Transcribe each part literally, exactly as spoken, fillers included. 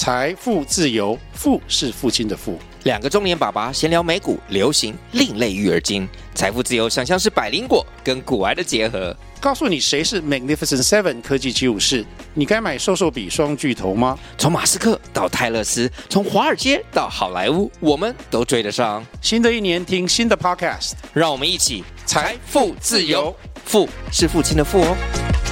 财富自由，富是父亲的富。 两个中年爸爸闲聊美股、流行、另类育儿经。财富自由想象是百灵果跟股癌的结合。 告诉你谁是 Magnificent Seven 科技七武士，你该买瘦瘦比双巨头吗？ 从马斯克到泰勒斯，从华尔街到好莱坞，我们都追得上。 新的一年听新的 Podcast， 让我们一起财富自由， 富是父亲的富哦。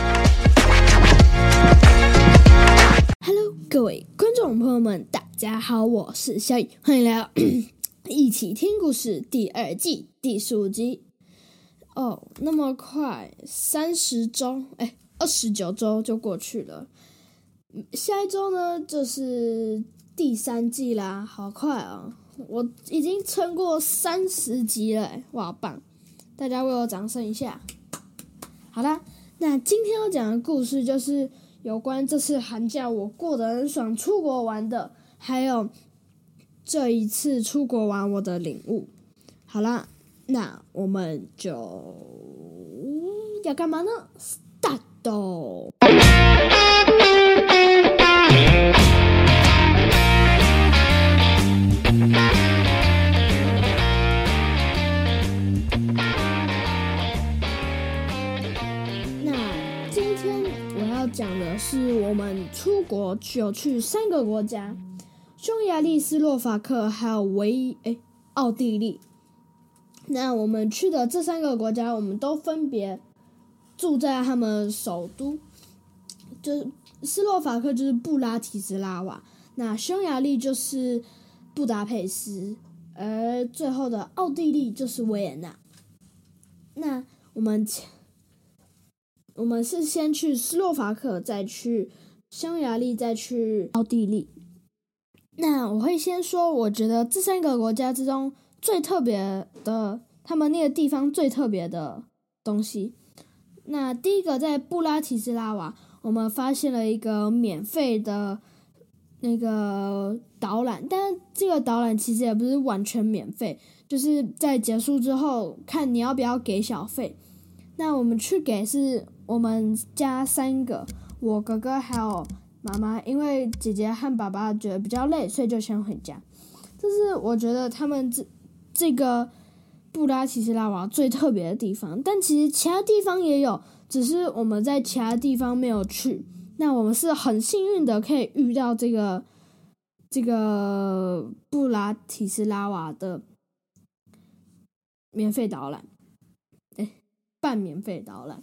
Hello， 各位观众朋友们，大家好，我是小雨，欢迎来到一起听故事第二季第十五集。哦，那么快，三十周，哎，二十九周就过去了。下一周呢，就是第三季啦，好快啊！我已经撑过三十集了，哇，棒！大家为我掌声一下。好啦，那今天要讲的故事就是有关这次寒假我过得很爽，出国玩的，还有这一次出国玩我的领悟。好啦，那我们就要干嘛呢 ？Start！ 那今天我要讲的是我们出国有去三个国家：匈牙利、斯洛伐克还有维诶奥地利。那我们去的这三个国家，我们都分别住在他们首都，就是斯洛伐克就是布拉提斯拉瓦，那匈牙利就是布达佩斯，而最后的奥地利就是维也纳。那我们我们是先去斯洛伐克，再去匈牙利，再去奥地利。那我会先说，我觉得这三个国家之中最特别的，他们那个地方最特别的东西。那第一个在布拉提斯拉瓦，我们发现了一个免费的那个导览，但这个导览其实也不是完全免费，就是在结束之后看你要不要给小费。那我们去给是我们家三个，我哥哥还有妈妈，因为姐姐和爸爸觉得比较累，所以就先回家。这是我觉得他们这这个布拉提斯拉瓦最特别的地方，但其实其他地方也有，只是我们在其他地方没有去。那我们是很幸运的可以遇到这个这个布拉提斯拉瓦的免费导览，哎，半免费导览。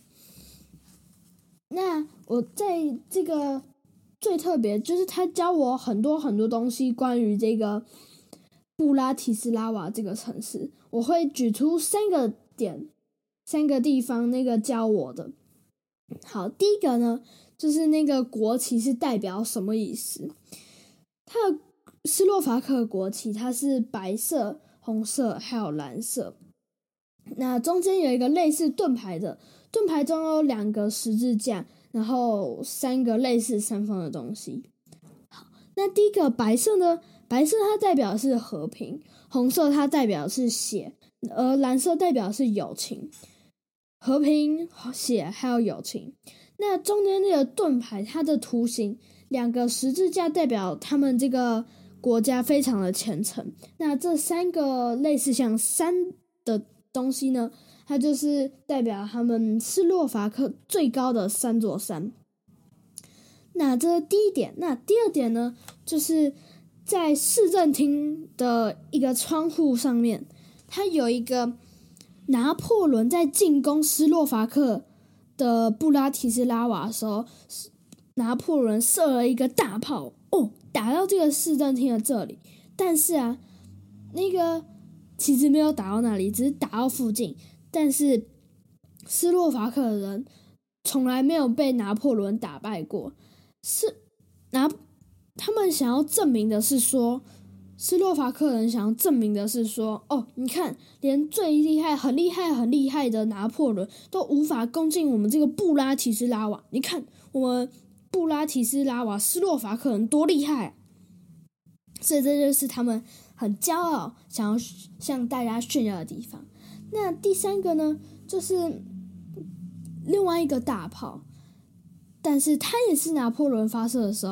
那我在这个最特别就是他教我很多很多东西关于这个布拉提斯拉瓦这个城市，我会举出三个点，三个地方那个教我的。好，第一个呢，就是那个国旗是代表什么意思？它的斯洛伐克国旗它是白色、红色还有蓝色，那中间有一个类似盾牌的，盾牌中有两个十字架，然后三个类似山峰的东西。好，那第一个白色呢？白色它代表的是和平，红色它代表的是血，而蓝色代表的是友情。和平、血还有友情。那中间那个盾牌，它的图形两个十字架代表他们这个国家非常的虔诚。那这三个类似像山的东西呢，它就是代表他们斯洛伐克最高的三座山。那这是第一点。那第二点呢，就是在市政厅的一个窗户上面，它有一个拿破仑在进攻斯洛伐克的布拉提斯拉瓦的时候，拿破仑射了一个大炮，哦，打到这个市政厅的这里。但是啊，那个其实没有打到那里，只是打到附近。但是斯洛伐克的人从来没有被拿破仑打败过，是拿他们想要证明的是说，斯洛伐克人想要证明的是说，哦，你看，连最厉害、很厉害、很厉害的拿破仑都无法攻进我们这个布拉提斯拉瓦。你看，我们布拉提斯拉瓦斯洛伐克人多厉害啊！所以这就是他们很骄傲，想要向大家炫耀的地方。那第三个呢，就是另外一个大炮，但是它也是拿破仑发射的时候，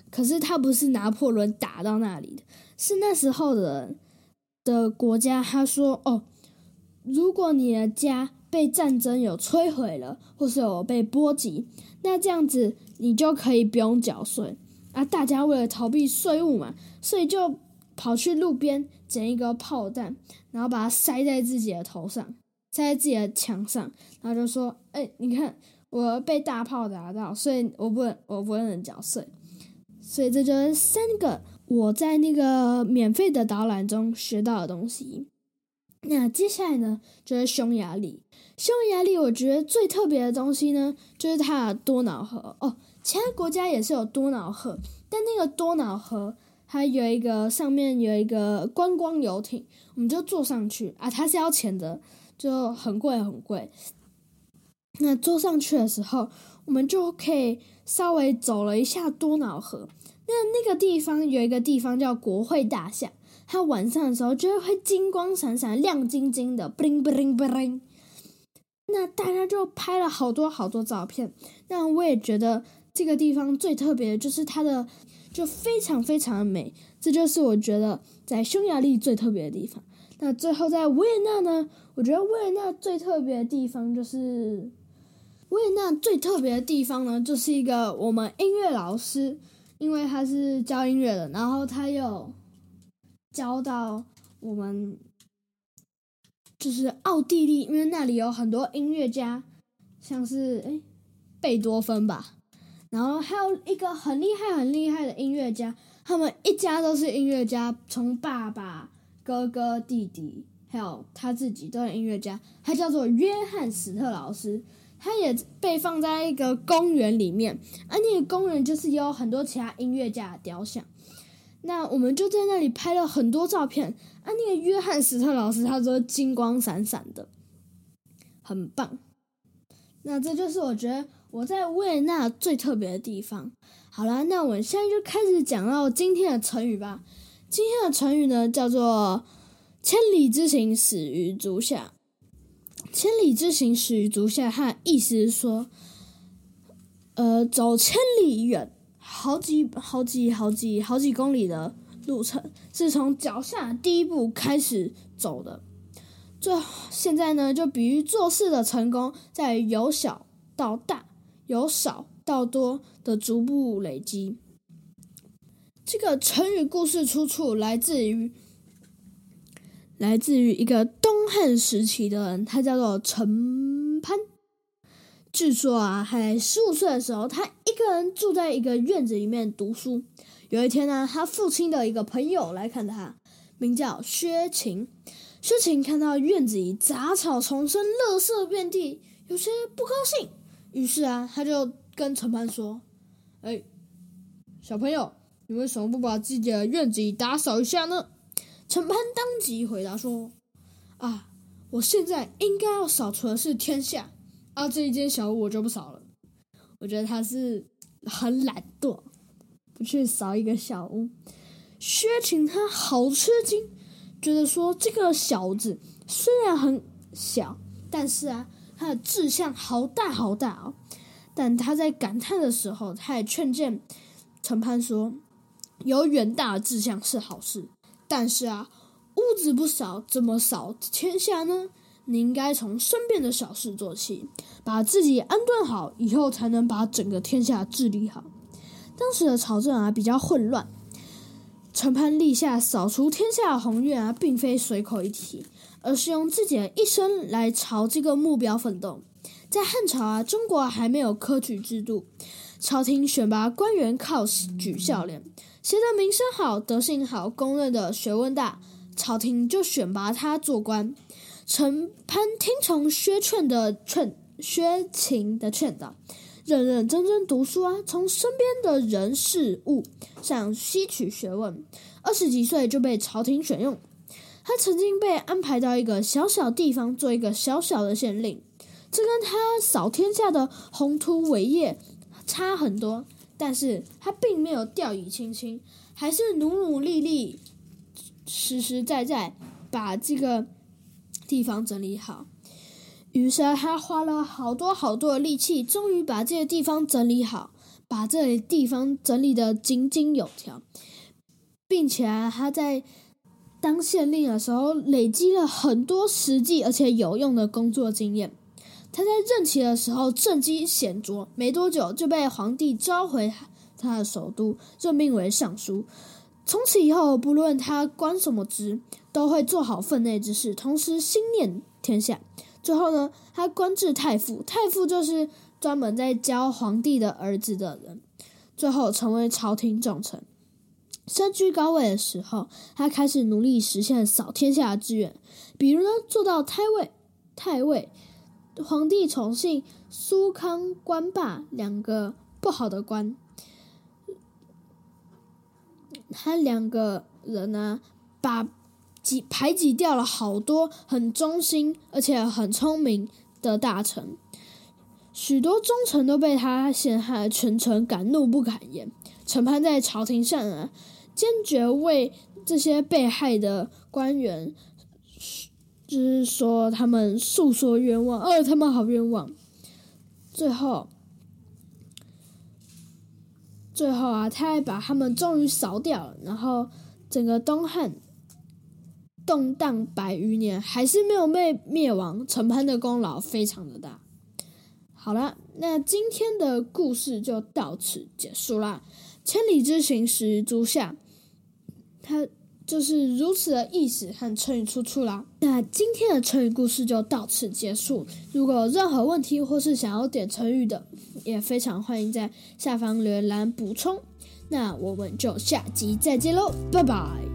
可是他不是拿破仑打到那里的，是那时候的的国家，他说哦，如果你的家被战争有摧毁了，或是有被波及，那这样子你就可以不用缴税啊。大家为了逃避税务嘛，所以就跑去路边捡一个炮弹，然后把它塞在自己的头上，塞在自己的墙上，然后就说：“哎、欸，你看我被大炮打到，所以我不能，我不能缴税。”所以这就是三个我在那个免费的导览中学到的东西。那接下来呢，就是匈牙利。匈牙利我觉得最特别的东西呢，就是它的多瑙河哦。其他国家也是有多瑙河，但那个多瑙河它有一个上面有一个观光游艇，我们就坐上去啊，它是要钱的，就很贵很贵。那坐上去的时候，我们就可以稍微走了一下多瑙河。那那个地方有一个地方叫国会大厦，它晚上的时候就会金光闪闪、亮晶晶的 ，bling bling bling。那大家就拍了好多好多照片。那我也觉得这个地方最特别的就是它的就非常非常的美，这就是我觉得在匈牙利最特别的地方。那最后在维也纳呢，我觉得维也纳最特别的地方就是维也纳最特别的地方呢，就是一个我们音乐老师，因为他是教音乐的，然后他有教到我们就是奥地利，因为那里有很多音乐家，像是诶贝多芬吧，然后还有一个很厉害很厉害的音乐家，他们一家都是音乐家，从爸爸、哥哥、弟弟还有他自己都是音乐家，他叫做约翰史特劳斯。他也被放在一个公园里面，而、啊、那个公园就是有很多其他音乐家的雕像。那我们就在那里拍了很多照片，啊，那个约翰史特劳斯他说金光闪闪的，很棒。那这就是我觉得我在维也纳最特别的地方。好啦，那我们现在就开始讲到今天的成语吧。今天的成语呢叫做千里之行，始于足下。千里之行，始于足下，它的意思是说，呃，走千里远，好几好几好几好几公里的路程，是从脚下第一步开始走的。最现在呢，就比喻做事的成功，在于由小到大，由少到多的逐步累积。这个成语故事出处来自于。来自于一个东汉时期的人，他叫做陈潘。据说啊，他在十五岁的时候，他一个人住在一个院子里面读书。有一天呢，他父亲的一个朋友来看他，名叫薛勤。薛勤看到院子里杂草丛生，垃圾遍地，有些不高兴。于是啊，他就跟陈潘说：“哎，小朋友，你为什么不把自己的院子里打扫一下呢？”陈潘当即回答说：“啊，我现在应该要扫除的是天下，啊，这一间小屋我就不扫了。”我觉得他是很懒惰，不去扫一个小屋。薛勤他好吃惊，觉得说这个小子虽然很小，但是啊，他的志向好大好大哦。但他在感叹的时候，他也劝谏陈潘说：“有远大的志向是好事。但是啊，屋子不扫，怎么扫天下呢？你应该从身边的小事做起，把自己安顿好，以后才能把整个天下治理好。”当时的朝政啊比较混乱，陈潘立下扫除天下的宏愿啊，并非随口一提，而是用自己的一生来朝这个目标奋斗。在汉朝啊，中国还没有科举制度，朝廷选拔官员靠举孝廉。谁的名声好、德行好、公认的学问大，朝廷就选拔他做官。陈潘听从薛劝的劝，薛勤的劝导，认认真真读书啊，从身边的人事物上吸取学问。二十几岁就被朝廷选用。他曾经被安排到一个小小地方做一个小小的县令，这跟他扫天下的宏图伟业差很多。但是他并没有掉以轻心，还是努努力力、实实在在把这个地方整理好。于是他花了好多好多的力气，终于把这个地方整理好， 把这里地方整理得井井有条，并且啊，他在当县令的时候累积了很多实际而且有用的工作经验。他在任期的时候政绩显卓，没多久就被皇帝召回他的首都，任命为尚书。从此以后，不论他官什么职，都会做好分内之事，同时心念天下。最后呢，他官至太傅，太傅就是专门在教皇帝的儿子的人。最后成为朝廷重臣。身居高位的时候，他开始努力实现扫天下的志愿，比如呢，做到太尉、太尉。皇帝宠幸苏康、官霸两个不好的官，他两个人呢，把挤排挤掉了好多很忠心而且很聪明的大臣，许多忠臣都被他陷害，群臣敢怒不敢言。陈蕃在朝廷上啊，坚决为这些被害的官员，就是说他们诉说冤枉，呃，他们好冤枉。最后，最后啊，他还把他们终于扫掉了，然后整个东汉动荡百余年，还是没有被灭亡。陈蕃的功劳非常的大。好了，那今天的故事就到此结束啦。千里之行，始于足下，它就是如此的意思和成语出处啦。那今天的成语故事就到此结束。如果有任何问题或是想要点成语的，也非常欢迎在下方留言栏补充。那我们就下集再见喽，拜拜。